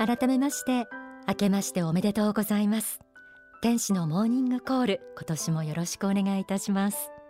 改めまして明けましておめでとうございます。天使のモーニングコール、今年もよろしくお願いいたします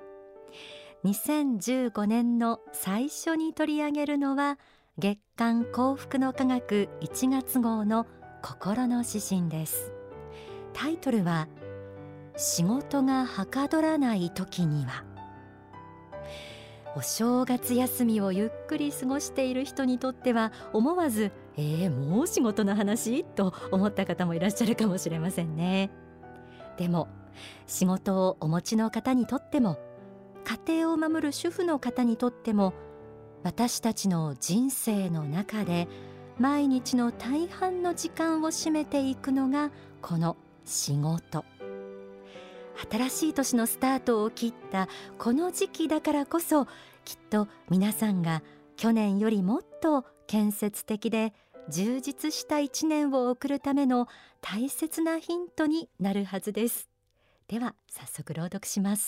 。2015年の最初に取り上げるのは月刊幸福の科学1月号の心の指針です。タイトルは仕事がはかどらない時には。お正月休みをゆっくり過ごしている人にとっては思わずもう仕事の話と思った方もいらっしゃるかもしれませんね。でも仕事をお持ちの方にとっても家庭を守る主婦の方にとっても私たちの人生の中で毎日の大半の時間を占めていくのがこの仕事。新しい年のスタートを切ったこの時期だからこそ、きっと皆さんが去年よりもっと建設的で充実した一年を送るための大切なヒントになるはずです。では早速朗読します。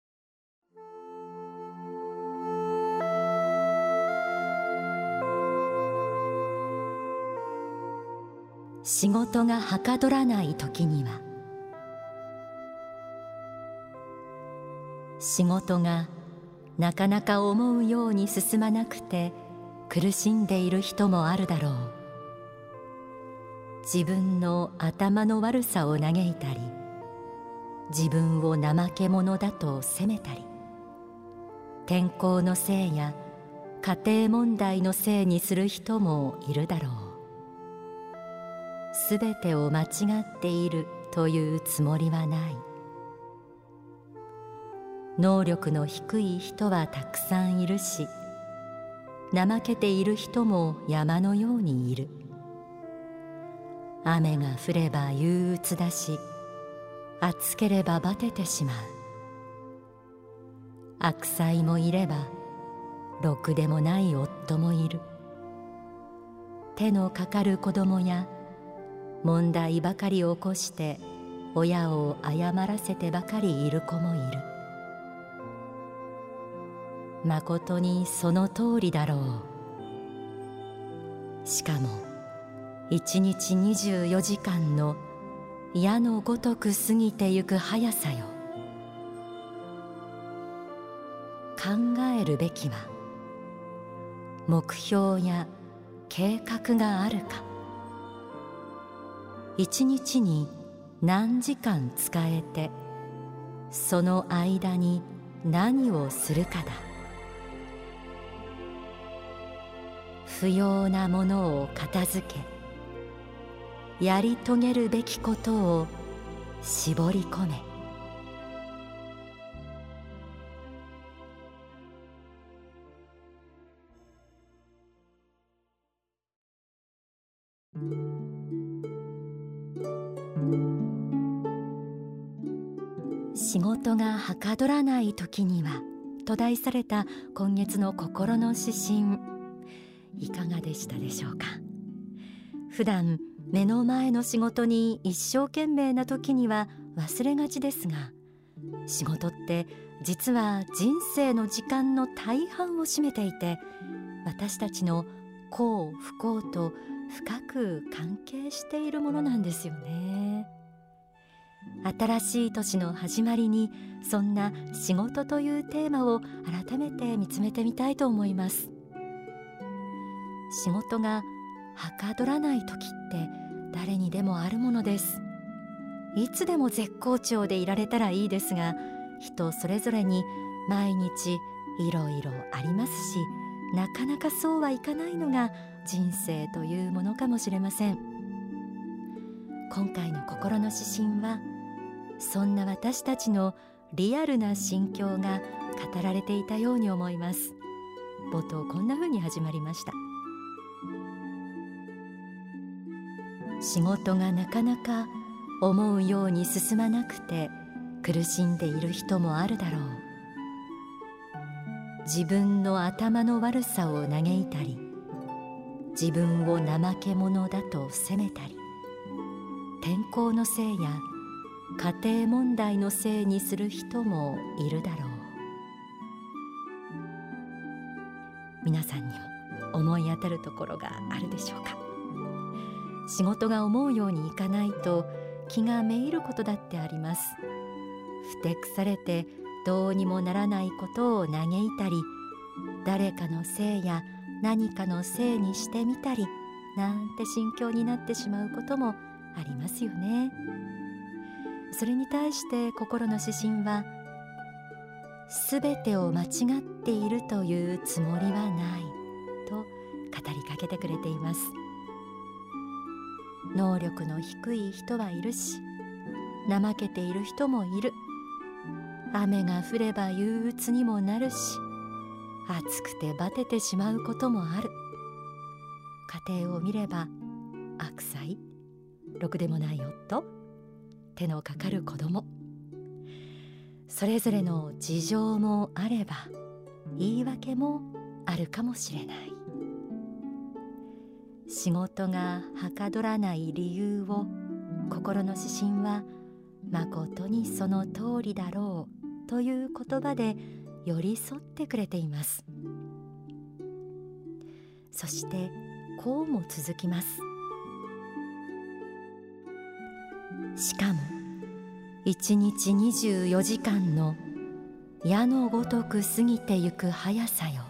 仕事がはかどらない時には。仕事がなかなか思うように進まなくて苦しんでいる人もあるだろう。自分の頭の悪さを嘆いたり、自分を怠け者だと責めたり、天候のせいや家庭問題のせいにする人もいるだろう。すべてを間違っているというつもりはない。能力の低い人はたくさんいるし、怠けている人も山のようにいる。雨が降れば憂鬱だし、暑ければバテてしまう。悪妻もいればろくでもない夫もいる。手のかかる子供や問題ばかり起こして親を謝らせてばかりいる子もいる。まことにその通りだろう。しかも一日24時間の矢のごとく過ぎてゆく速さよ。考えるべきは目標や計画があるか、一日に何時間使えてその間に何をするかだ。不要なものを片付け、やり遂げるべきことを絞り込め。仕事がはかどらない時にはと題された今月の心の指針、いかがでしたでしょうか。普段目の前の仕事に一生懸命な時には忘れがちですが、仕事って実は人生の時間の大半を占めていて、私たちの幸不幸と深く関係しているものなんですよね。新しい年の始まりにそんな仕事というテーマを改めて見つめてみたいと思います。仕事がはかどらない時って誰にでもあるものです。いつでも絶好調でいられたらいいですが、人それぞれに毎日いろいろありますし、なかなかそうはいかないのが人生というものかもしれません。今回の心の指針はそんな私たちのリアルな心境が語られていたように思います。冒頭こんな風に始まりました。仕事がなかなか思うように進まなくて苦しんでいる人もあるだろう。自分の頭の悪さを嘆いたり、自分を怠け者だと責めたり、天候のせいや家庭問題のせいにする人もいるだろう。皆さんにも思い当たるところがあるでしょうか。 仕事が思うようにいかないと気がめいることだってあります。ふてくされてどうにもならないことを嘆いたり、誰かのせいや何かのせいにしてみたりなんて心境になってしまうこともありますよね。それに対して心の指針は、すべてを間違っているというつもりはないと語りかけてくれています。能力の低い人はいるし、怠けている人もいる。雨が降れば憂鬱にもなるし、暑くてバテてしまうこともある。家庭を見れば悪妻、ろくでもない夫、手のかかる子供、それぞれの事情もあれば言い訳もあるかもしれない。仕事がはかどらない理由を心の指針は、まことにその通りだろうという言葉で寄り添ってくれています。そしてこうも続きます。しかも1日24時間の矢のごとく過ぎてゆく速さよ。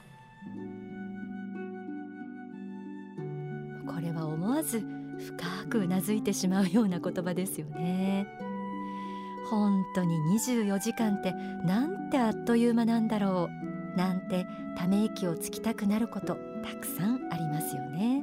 これは思わず深くうなずいてしまうような言葉ですよね。本当に24時間ってなんてあっという間なんだろうなんてため息をつきたくなることたくさんありますよね。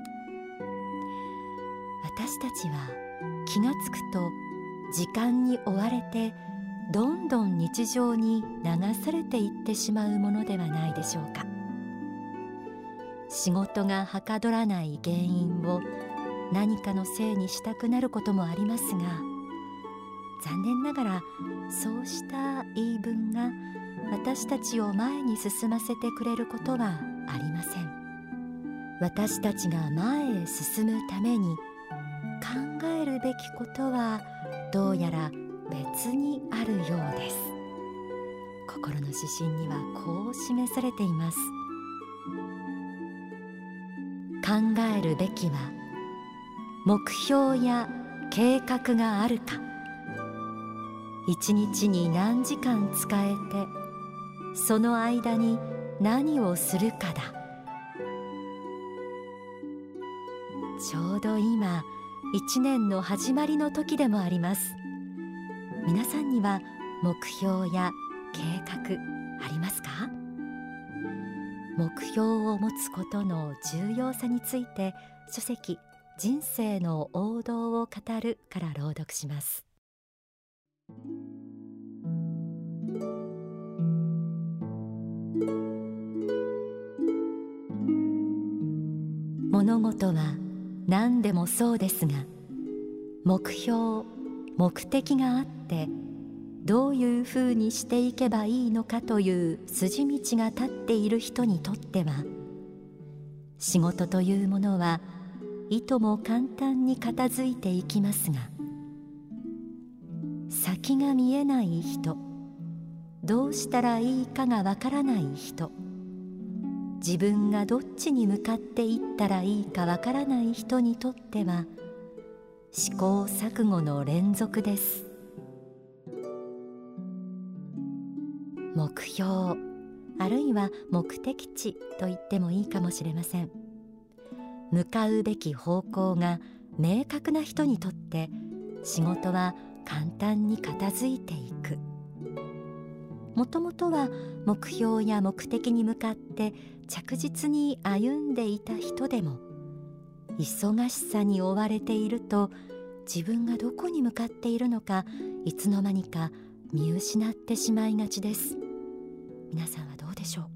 私たちは気がつくと時間に追われてどんどん日常に流されていってしまうものではないでしょうか。仕事がはかどらない原因を何かのせいにしたくなることもありますが、残念ながらそうした言い分が私たちを前に進ませてくれることはありません。私たちが前へ進むために考えるべきことはどうやら別にあるようです。心の指針にはこう示されています。考えるべきは目標や計画があるか、一日に何時間使えてその間に何をするかだ。ちょうど今一年の始まりの時でもあります。皆さんには目標や計画ありますか？目標を持つことの重要さについて書籍人生の王道を語るから朗読します。物事は何でもそうですが、目標、目的があってどういうふうにしていけばいいのかという筋道が立っている人にとっては、仕事というものはいとも簡単に片付いていきますが、先が見えない人、どうしたらいいかがわからない人、自分がどっちに向かっていったらいいかわからない人にとっては試行錯誤の連続です。目標あるいは目的地と言ってもいいかもしれません。向かうべき方向が明確な人にとって仕事は簡単に片付いていく。もともとは目標や目的に向かって着実に歩んでいた人でも、忙しさに追われていると自分がどこに向かっているのかいつの間にか見失ってしまいがちです。皆さんはどうでしょ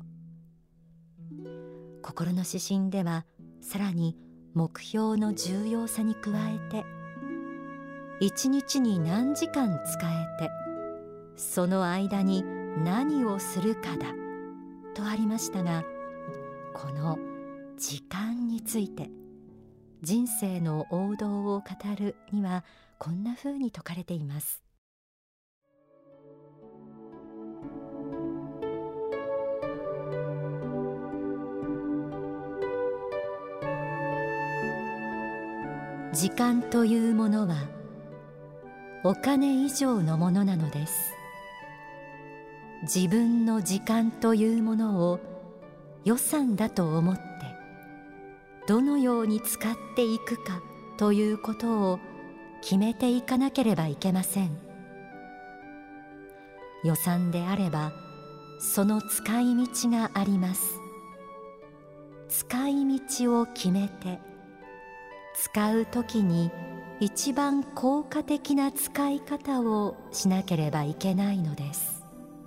う？心の指針ではさらに目標の重要さに加えて、一日に何時間使えてその間に何をするかだとありましたが、この時間について人生の王道を語るにはこんなふうに説かれています。 時間というものはお金以上のものなのです。自分の時間というものを予算だと思ってどのように使っていくかということを決めていかなければいけません。予算であればその使い道があります。使い道を決めて使うときに一番効果的な使い方をしなければいけないのです。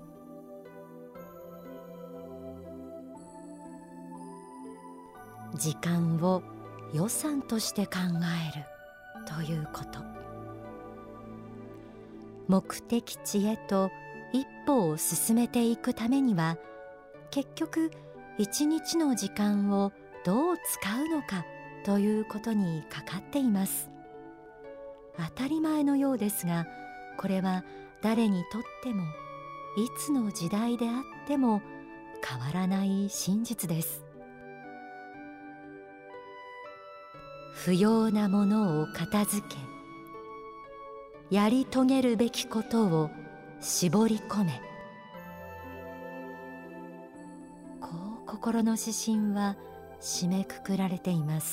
時間を予算として考えるということ、目的地へと一歩を進めていくためには、結局一日の時間をどう使うのかということにかかっています。当たり前のようですが、これは誰にとってもいつの時代であっても変わらない真実です。不要なものを片付け、やり遂げるべきことを絞り込め、こう心の指針は締めくくられています。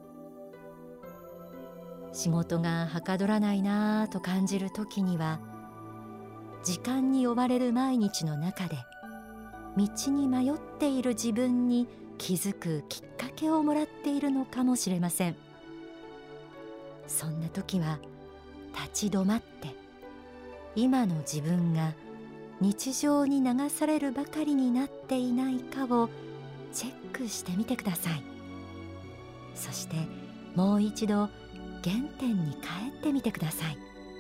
仕事がはかどらないなぁと感じるときには、時間に追われる毎日の中で道に迷っている自分に気づくきっかけをもらっているのかもしれません。そんな時は立ち止まって、今の自分が日常に流されるばかりになっていないかをチェックしてみてください。そしてもう一度原点に帰ってみてください。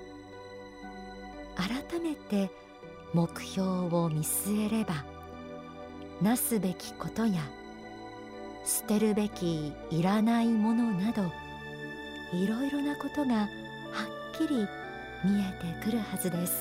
改めて目標を見据えれば、なすべきことや捨てるべきいらないものなど、いろいろなことがはっきり見えてくるはずです。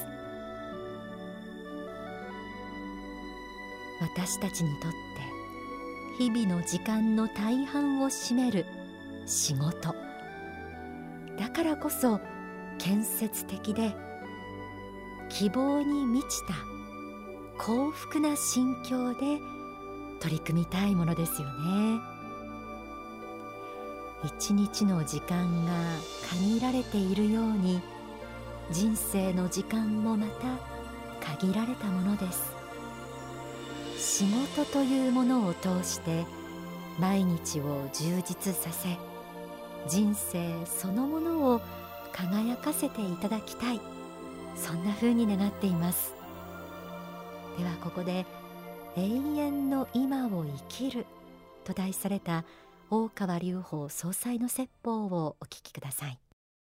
私たちにとって日々の時間の大半を占める仕事だからこそ、建設的で希望に満ちた幸福な心境で取り組みたいものですよね。一日の時間が限られているように、人生の時間もまた限られたものです。仕事というものを通して毎日を充実させ、人生そのものを輝かせていただきたい、そんな風に願っています。ではここで永遠の今を生きると題された大川隆法総裁の説法をお聞きください。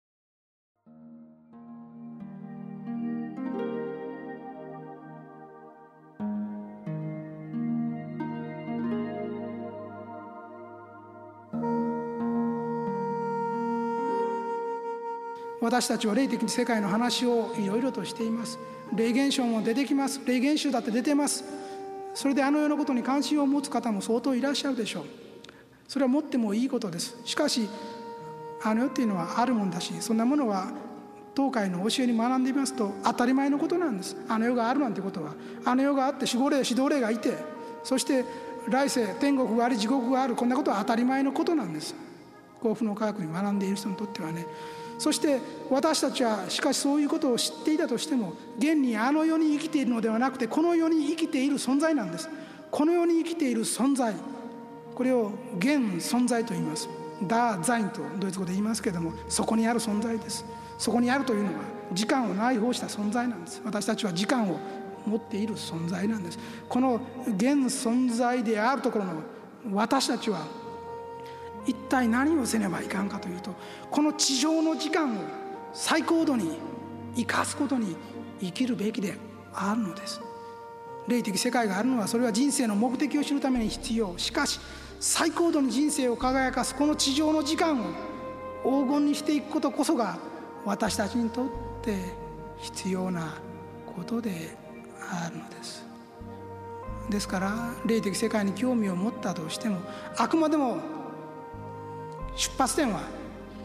私たちは霊的世界の話をいろいろとしています。霊現象も出てきます。霊現象だって出てます。それであのようなことに関心を持つ方も相当いらっしゃるでしょう。それは持ってもいいことです。しかしあの世っていうのはあるもんだし、そんなものは東海の教えに学んでいますと当たり前のことなんです。あの世があるなんてことは、あの世があって守護霊指導霊がいて、そして来世天国があり地獄がある、こんなことは当たり前のことなんです。幸福の科学に学んでいる人にとってはね。そして私たちはしかしそういうことを知っていたとしても、現にあの世に生きているのではなくて、この世に生きている存在なんです。この世に生きている存在、これを現存在と言います。ダーザインとドイツ語で言いますけれども、そこにある存在です。そこにあるというのは時間を内包した存在なんです。私たちは時間を持っている存在なんです。この現存在であるところの私たちは一体何をせねばいかんかというと、この地上の時間を最高度に生かすことに生きるべきであるのです。霊的世界があるのは、それは人生の目的を知るために必要。しかし最高度に人生を輝かすこの地上の時間を黄金にしていくことこそが私たちにとって必要なことであるのです。ですから霊的世界に興味を持ったとしても、あくまでも出発点は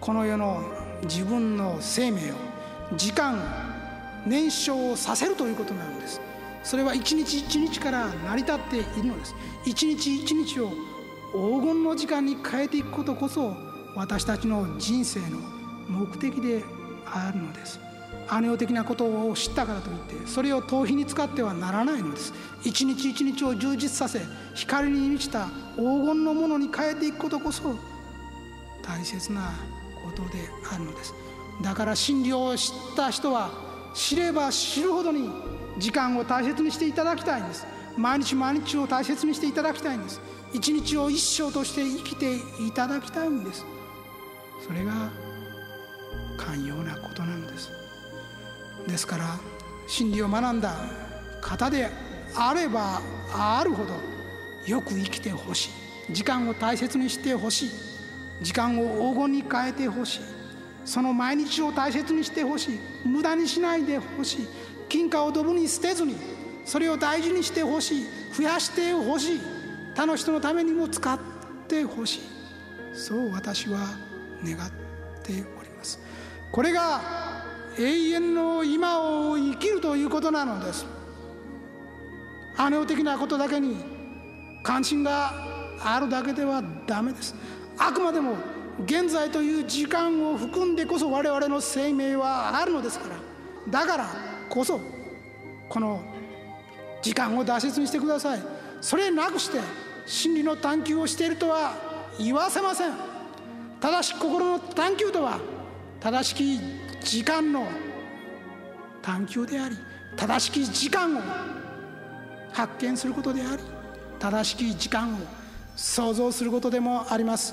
この世の自分の生命を時間燃焼させるということなのです。それは一日一日から成り立っているのです。一日一日を黄金の時間に変えていくことこそ私たちの人生の目的であるのです。あの世的なことを知ったからといってそれを逃避に使ってはならないのです。一日一日を充実させ光に満ちた黄金のものに変えていくことこそ大切なことであるのです。だから真理を知った人は知れば知るほどに時間を大切にしていただきたいんです。毎日毎日を大切にしていただきたいんです。一日を一生として生きていただきたいんです。それが寛容なことなのです。ですから真理を学んだ方であればあるほどよく生きてほしい。時間を大切にしてほしい。時間を黄金に変えてほしい。その毎日を大切にしてほしい。無駄にしないでほしい。金貨をドブに捨てずにそれを大事にしてほしい。増やしてほしい。他の人のためにも使ってほしい。そう私は願っております。これが永遠の今を生きるということなのです。あの世的なことだけに関心があるだけではダメです。あくまでも現在という時間を含んでこそ我々の生命はあるのですから、だからこそこの時間を大切にしてください。それなくして真理の探求をしているとは言わせません。正しき心の探求とは正しき時間の探求であり、正しき時間を発見することであり、正しき時間を創造することでもあります。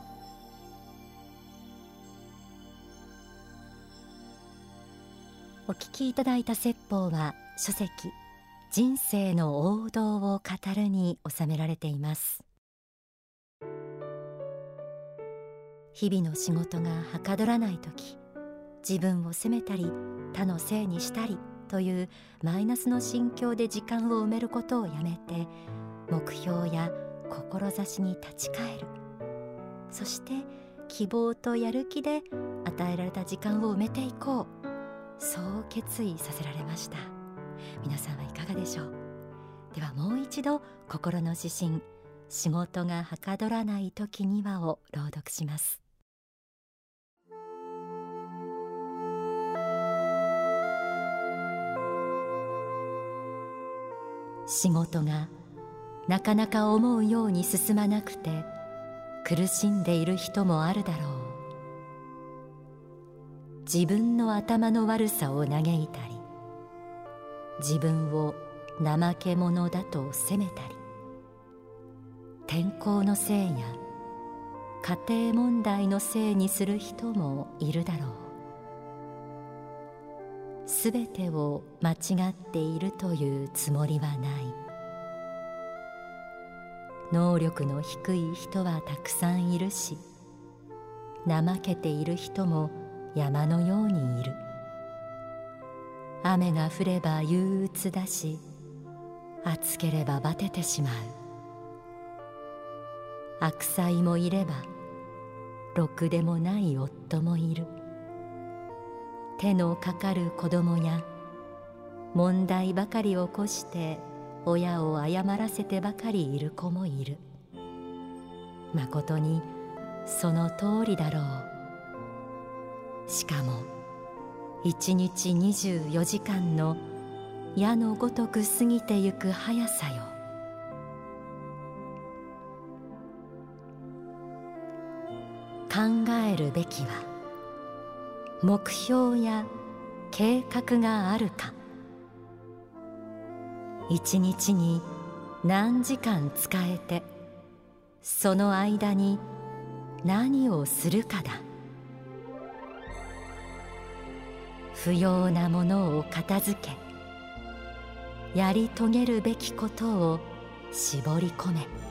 お聞きいただいた説法は書籍人生の王道を語るに収められています。日々の仕事がはかどらないとき、自分を責めたり他のせいにしたりというマイナスの心境で時間を埋めることをやめて、目標や志に立ち返る。そして希望とやる気で与えられた時間を埋めていこう、そう決意させられました。皆さんはいかがでしょう。ではもう一度心の指針、仕事がはかどらない時にはを朗読します。仕事がなかなか思うように進まなくて苦しんでいる人もあるだろう。自分の頭の悪さを嘆いたり、自分を怠け者だと責めたり、天候のせいや家庭問題のせいにする人もいるだろう。すべてを間違っているというつもりはない。能力の低い人はたくさんいるし、怠けている人も山のようにいる。雨が降れば憂鬱だし、暑ければバテてしまう。悪妻もいればろくでもない夫もいる。手のかかる子供や問題ばかり起こして親を謝らせてばかりいる子もいる。まことにその通りだろう。しかも一日24時間の矢のごとく過ぎてゆく速さよ。考えるべきは目標や計画があるか、一日に何時間使えてその間に何をするかだ。不要なものを片付け、やり遂げるべきことを絞り込め。